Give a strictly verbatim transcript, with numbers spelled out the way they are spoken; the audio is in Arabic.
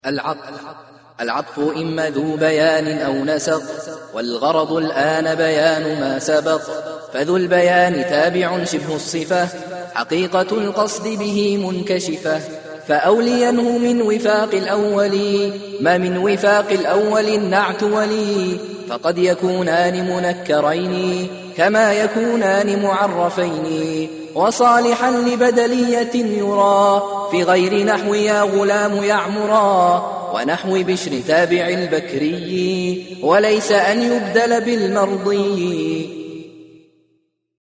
العطف العطف إما ذو بيان أو نسق، والغرض الآن بيان ما سبق. فذو البيان تابع شبه الصفة، حقيقة القصد به منكشفة. فأولينه من وفاق الأول، ما من وفاق الأول النعت ولي. فقد يكونان منكرين كما يكونان معرفين، وصالحا لبدلية يرى في غير نحو يا غلام يعمرا، ونحو بشر تابع البكري، وليس أن يبدل بالمرضي.